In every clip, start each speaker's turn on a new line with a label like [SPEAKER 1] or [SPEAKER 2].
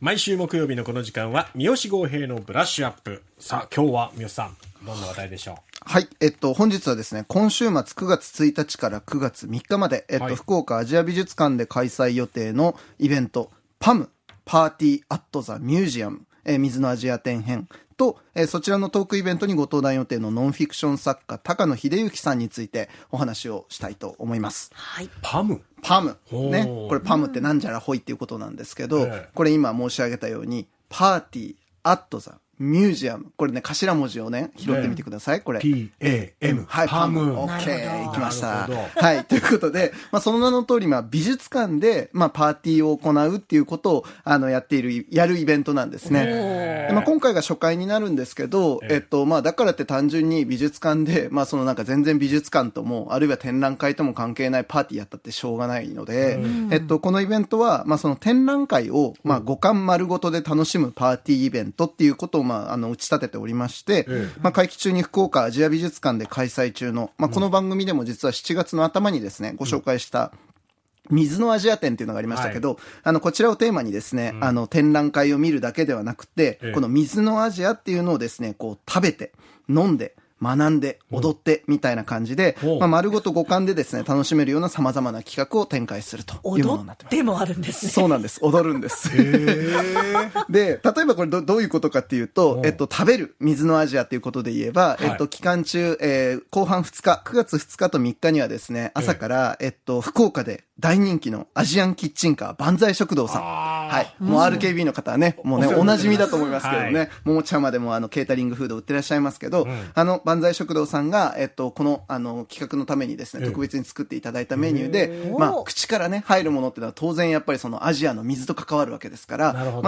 [SPEAKER 1] 毎週木曜日のこの時間は三好豪平のブラッシュアップ。さあ今日は三好さんどんな話題でしょう。
[SPEAKER 2] はい、本日はですね、今週末9月1日から9月3日まで、福岡アジア美術館で開催予定のイベント、PAM、パーティーアットザミュージアム、水のアジア展編と、そちらのトークイベントにご登壇予定のノンフィクション作家、高野秀之さんについてお話をしたいと思います。
[SPEAKER 1] はい。PAM？
[SPEAKER 2] ね、これPAMってなんじゃらほいっていうことなんですけど、これ今申し上げたように、パーティーアットザミュージアム。これね、頭文字をね、拾ってみてください。これ。
[SPEAKER 1] PAM。
[SPEAKER 2] はい、PAM。OK。行きました。はい。ということで、その名の通り、美術館で、パーティーを行うっていうことを、やるイベントなんですね。で今回が初回になるんですけど、だからって単純に美術館で、全然美術館とも、あるいは展覧会とも関係ないパーティーやったってしょうがないので、このイベントは、その展覧会を、五感丸ごとで楽しむパーティーイベントっていうことを、打ち立てておりまして、会期中に福岡アジア美術館で開催中の、この番組でも実は7月の頭にですね、ご紹介した水のアジア展っていうのがありましたけど、こちらをテーマにですね、展覧会を見るだけではなくて、この水のアジアっていうのをですね、こう食べて、飲んで、学んで踊ってみたいな感じで、丸ごと五感でですね楽しめるような様々な企画を展開するというものになってます。
[SPEAKER 3] 踊ってもあるんですね。
[SPEAKER 2] そうなんです。踊るんです。で、例えばこれどういうことかっていうと、食べる水のアジアっていうことで言えば、期間中、後半2日、9月2日と3日にはですね、朝から、福岡で大人気のアジアンキッチンカー万歳食堂さん。はい。もう RKB の方はね、もうね、お馴染みだと思いますけどね、桃ちゃんまでもケータリングフード売ってらっしゃいますけど、万歳食堂さんが、この、企画のためにですね、特別に作っていただいたメニューで、口からね、入るものっていうのは当然やっぱりそのアジアの水と関わるわけですから、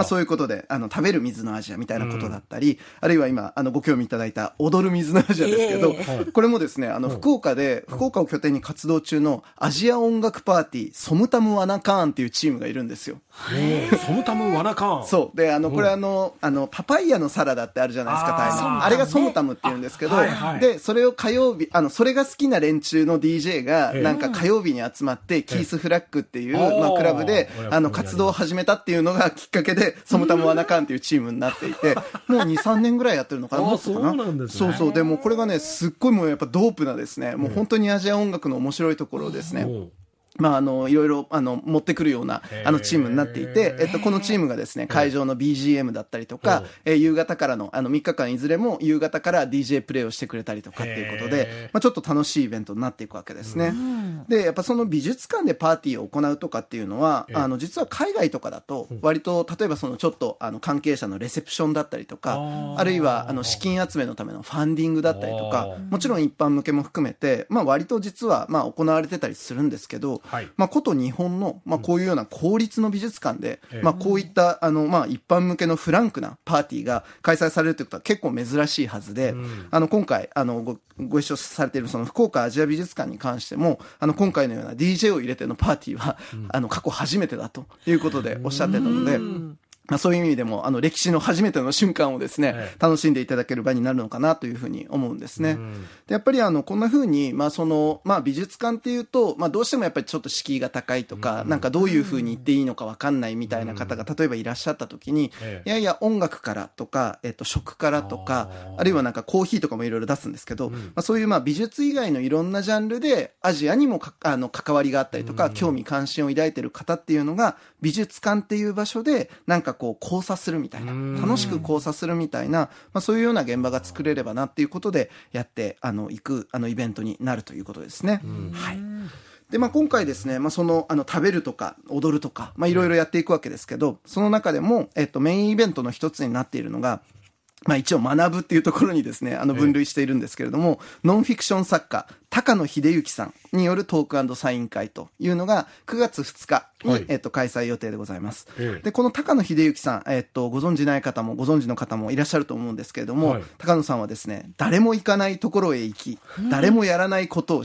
[SPEAKER 2] そういうことで、食べる水のアジアみたいなことだったり、あるいは今、ご興味いただいた踊る水のアジアですけど、これもですね、福岡を拠点に活動中のアジア音楽パーティー、ソムタムワナカーンっていうチームがいるんですよ。
[SPEAKER 1] ソムタムワナカーン。
[SPEAKER 2] そう。で、これパパイヤのサラダってあるじゃないですか、タイの。あれがソムタムって言うんですけど、で、それを火曜日、それが好きな連中の DJ が、なんか火曜日に集まって、キースフラッグっていう、クラブで、活動を始めたっていうのがきっかけで、ソムタムワナカーンっていうチームになっていて、もう2、3年ぐらいやってるのかな、もっとかな。
[SPEAKER 1] そうなんですね。
[SPEAKER 2] そうそう。でもこれがね、すっごいもうやっぱドープなですね、もう本当にアジア音楽の面白いところをですね、いろいろ、持ってくるような、チームになっていて、このチームがですね、会場の BGM だったりとか、夕方からの、3日間いずれも夕方から DJ プレイをしてくれたりとかっていうことで、ちょっと楽しいイベントになっていくわけですね。で、やっぱその美術館でパーティーを行うとかっていうのは、実は海外とかだと、割と、例えばそのちょっと、関係者のレセプションだったりとか、あるいは、資金集めのためのファンディングだったりとか、もちろん一般向けも含めて、割と実は、行われてたりするんですけど、こと日本の、こういうような公立の美術館で、こういった、一般向けのフランクなパーティーが開催されるということは結構珍しいはずで、今回、ご一緒されているその福岡アジア美術館に関しても、今回のような DJ を入れてのパーティーは、過去初めてだということでおっしゃってたので、そういう意味でも、歴史の初めての瞬間をですね、楽しんでいただける場になるのかなというふうに思うんですね。で、やっぱりこんなふうに、美術館っていうと、どうしてもやっぱりちょっと敷居が高いとか、なんかどういうふうに言っていいのかわかんないみたいな方が、例えばいらっしゃった時に、いやいや、音楽からとか、食からとか、あるいはなんかコーヒーとかもいろいろ出すんですけど、そういう美術以外のいろんなジャンルで、アジアにも関わりがあったりとか、興味関心を抱いている方っていうのが、美術館っていう場所で、なんか交差するみたいな、楽しく交差するみたいな、そういうような現場が作れればなっていうことでやっていくイベントになるということですね。はい。で、今回ですね、食べるとか踊るとか、いろいろやっていくわけですけど、その中でも、メインイベントの一つになっているのが、一応学ぶっていうところにですね、分類しているんですけれども、ノンフィクション作家、高野秀之さんによるトーク&サイン会というのが9月2日に、開催予定でございます。で、この高野秀之さん、ご存じない方もご存知の方もいらっしゃると思うんですけれども、高野さんはですね、誰も行かないところへ行き、誰もやらないことをし、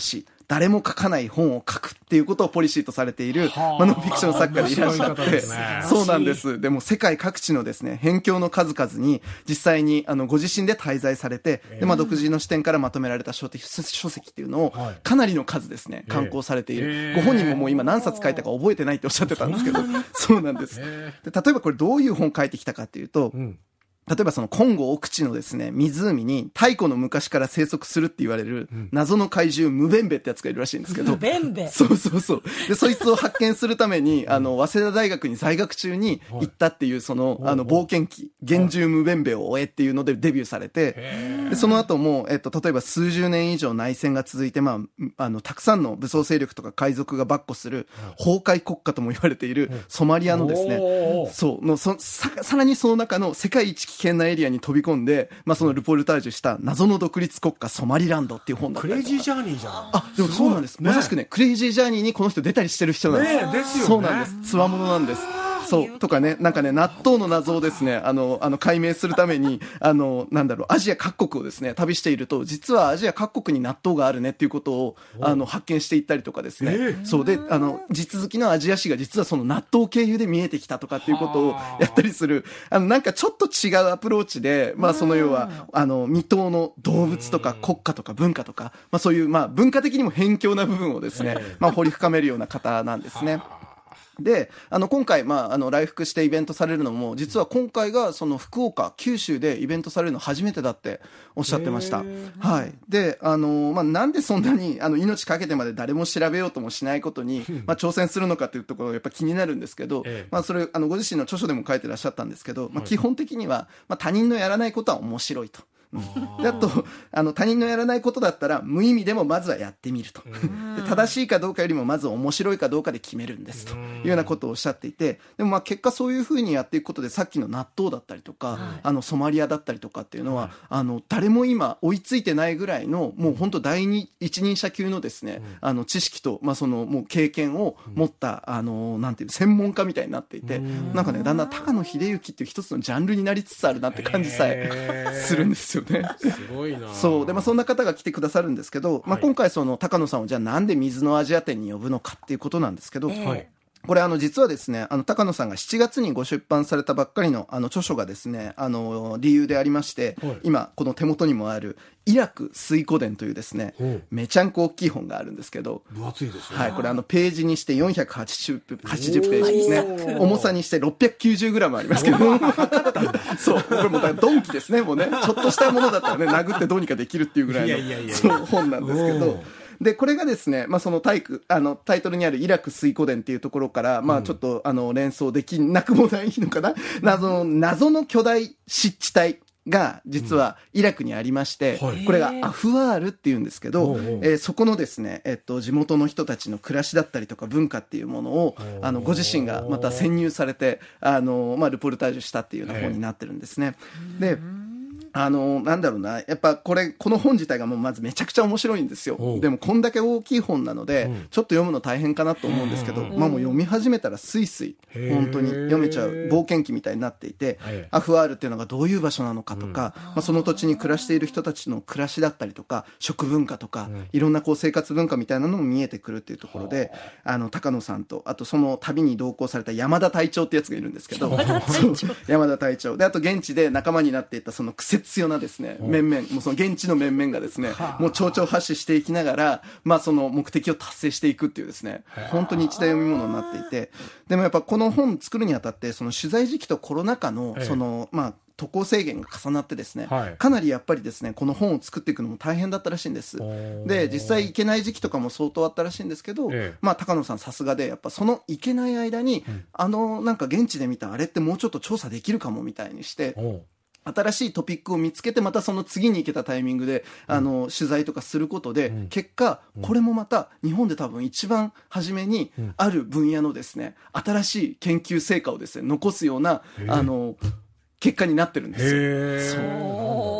[SPEAKER 2] 誰も書かない本を書くっていうことをポリシーとされている、ノンフィクション作家でいらっしゃって、そうなんです。でも世界各地のですね、辺境の数々に実際にご自身で滞在されて、で独自の視点からまとめられた書籍っていうのをかなりの数ですね、刊行されている。ご本人ももう今何冊書いたか覚えてないっておっしゃってたんですけど、そうなんです。で例えばこれどういう本書いてきたかっていうと、例えばそのコンゴ奥地のですね、湖に太古の昔から生息するって言われる謎の怪獣ムベンベってやつがいるらしいんですけど。
[SPEAKER 3] ムベンベ
[SPEAKER 2] そうそうそう。で、そいつを発見するために、早稲田大学に在学中に行ったっていう、その、冒険記、幻獣ムベンベを終えっていうのでデビューされて、で、その後も、例えば数十年以上内戦が続いて、たくさんの武装勢力とか海賊が跋扈する崩壊国家とも言われているソマリアのですね、さらにその中の世界一危険なエリアに飛び込んで、そのルポルタージュした謎の独立国家ソマリランドっていう本だったりとか。
[SPEAKER 1] クレイジージャーニーじゃん。
[SPEAKER 2] あ、でもそうなんです。まさしくね、クレイジージャーニーにこの人出たりしてる人なんです。
[SPEAKER 1] ねえ、ですよね。
[SPEAKER 2] そうなんです。つわものなんです。そう。とかね、なんかね、納豆の謎をですね、解明するために、アジア各国をですね、旅していると、実はアジア各国に納豆があるねっていうことを、発見していったりとかですね。そうで、地続きのアジア史が実はその納豆経由で見えてきたとかっていうことをやったりする、なんかちょっと違うアプローチで、その要は、未踏の動物とか国家とか文化とか、そういう、文化的にも偏境な部分をですね、掘り深めるような方なんですね。で、今回、来福してイベントされるのも、実は今回が、その福岡、九州でイベントされるの初めてだっておっしゃってました。はい。で、なんでそんなに、命かけてまで誰も調べようともしないことに、挑戦するのかというところがやっぱ気になるんですけど、それ、ご自身の著書でも書いてらっしゃったんですけど、基本的には、他人のやらないことは面白いと。であと他人のやらないことだったら無意味でもまずはやってみるとで正しいかどうかよりもまず面白いかどうかで決めるんですというようなことをおっしゃっていて、でも結果そういうふうにやっていくことでさっきの納豆だったりとか、ソマリアだったりとかっていうのは、誰も今追いついてないぐらいのもう本当一人者級のですね、知識と、そのもう経験を持った、なんていう専門家みたいになっていて、なんかねだんだん高野秀幸っていう一つのジャンルになりつつあるなって感じさえするんですよ。
[SPEAKER 1] すごいな。
[SPEAKER 2] そうで、そんな方が来てくださるんですけど、今回その高野さんをじゃあなんで水のアジア展に呼ぶのかっていうことなんですけど、これ実はですね、高野さんが7月にご出版されたばっかりの著書がですね、理由でありまして、今この手元にもあるイラク水湖伝というですね、めちゃんこ大きい本があるんですけど、
[SPEAKER 1] 分厚いですね。
[SPEAKER 2] はい、これページにして480ページですね。重さにして690グラムありますけど、そう、これもドンキですね、もうね、ちょっとしたものだったらね、殴ってどうにかできるっていうぐらいの、そう、本なんですけど、で、これがですね、そのタイトルにあるイラク水湖伝っていうところから、ちょっと連想できなくもないのかな、謎の巨大湿地帯が実はイラクにありまして、これがアフワールっていうんですけど、そこのですね、地元の人たちの暮らしだったりとか文化っていうものをご自身がまた潜入されてルポルタージュしたっていうような本になってるんですね。でなんだろうな、やっぱこの本自体がもうまずめちゃくちゃ面白いんですよ。でもこんだけ大きい本なので、ちょっと読むの大変かなと思うんですけど、もう読み始めたらスイスイ本当に読めちゃう冒険記みたいになっていて、アフワールっていうのがどういう場所なのかとか、その土地に暮らしている人たちの暮らしだったりとか、食文化とか、いろんな生活文化みたいなのも見えてくるっていうところで、高野さんと、あとその旅に同行された山田隊長ってやつがいるんですけど、山田隊長で、あと現地で仲間になっていたその癖強なですね、面々、もうその現地の面々がですね、もう丁々発止していきながら、その目的を達成していくっていうですね、本当に一大読み物になっていて、でもやっぱこの本作るにあたって、その取材時期とコロナ禍の、渡航制限が重なってですね、かなりやっぱりですね、この本を作っていくのも大変だったらしいんです。で、実際行けない時期とかも相当あったらしいんですけど、高野さんさすがで、やっぱその行けない間に、なんか現地で見たあれってもうちょっと調査できるかもみたいにして、新しいトピックを見つけてまたその次に行けたタイミングで取材とかすることで、結果これもまた日本で多分一番初めにある分野のですね、新しい研究成果をですね残すような結果になってるんですよ。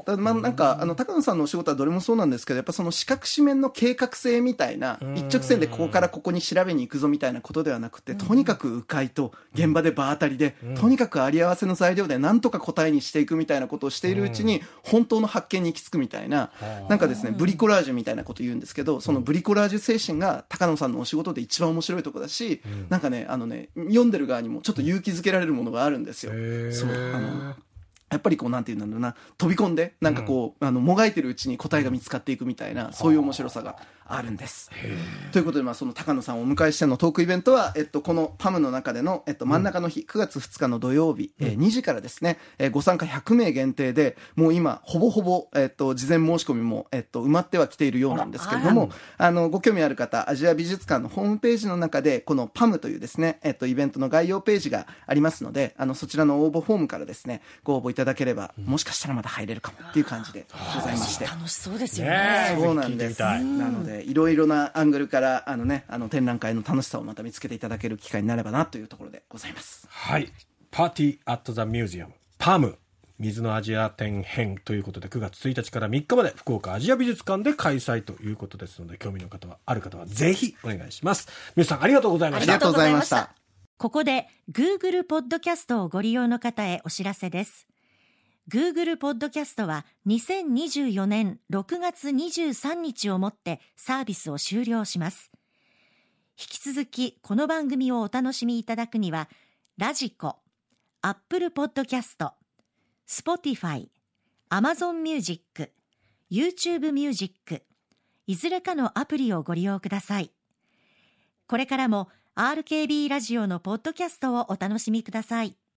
[SPEAKER 2] なんか高野さんのお仕事はどれもそうなんですけど、やっぱその四角四面の計画性みたいな、一直線でここからここに調べに行くぞみたいなことではなくて、とにかく迂回と現場で場当たりで、とにかくあり合わせの材料でなんとか答えにしていくみたいなことをしているうちに、本当の発見に行き着くみたいな、なんかですね、ブリコラージュみたいなこと言うんですけど、そのブリコラージュ精神が高野さんのお仕事で一番面白いところだし、なんかね、読んでる側にもちょっと勇気づけられるものがあるんですよ。そう、やっぱりこうなんていうんだろうな、飛び込んでなんかこう、もがいてるうちに答えが見つかっていくみたいな、そういう面白さがあるんです。ということで、その高野さんをお迎えしてのトークイベントは、このパムの中での、真ん中の日、9月2日の土曜日、2時からですね、ご参加100名限定で、もう今ほぼほぼ、事前申し込みも、埋まってはきているようなんですけれども、ご興味ある方、アジア美術館のホームページの中でこのパムというですね、イベントの概要ページがありますので、そちらの応募フォームからですね、ご応募いただければ、もしかしたらまだ入れるかもっていう感じでございまして、
[SPEAKER 3] 楽しそうですよね。
[SPEAKER 2] そうなんです。なのでいろいろなアングルから展覧会の楽しさをまた見つけていただける機会になればなというところでございます。
[SPEAKER 1] はい、パーティーアットザミュージアムパム水のアジア展編ということで、9月1日から3日まで福岡アジア美術館で開催ということですので、興味の方はある方はぜひお願いします。皆さんありがとうございました。
[SPEAKER 2] ありがとうございました。
[SPEAKER 3] ここで Google ポッドキャストをご利用の方へお知らせです。Google ポッドキャストは2024年6月23日をもってサービスを終了します。引き続きこの番組をお楽しみいただくには、ラジコ、Apple ポッドキャスト、Spotify、Amazon Music、YouTube Music、いずれかのアプリをご利用ください。これからも RKB ラジオのポッドキャストをお楽しみください。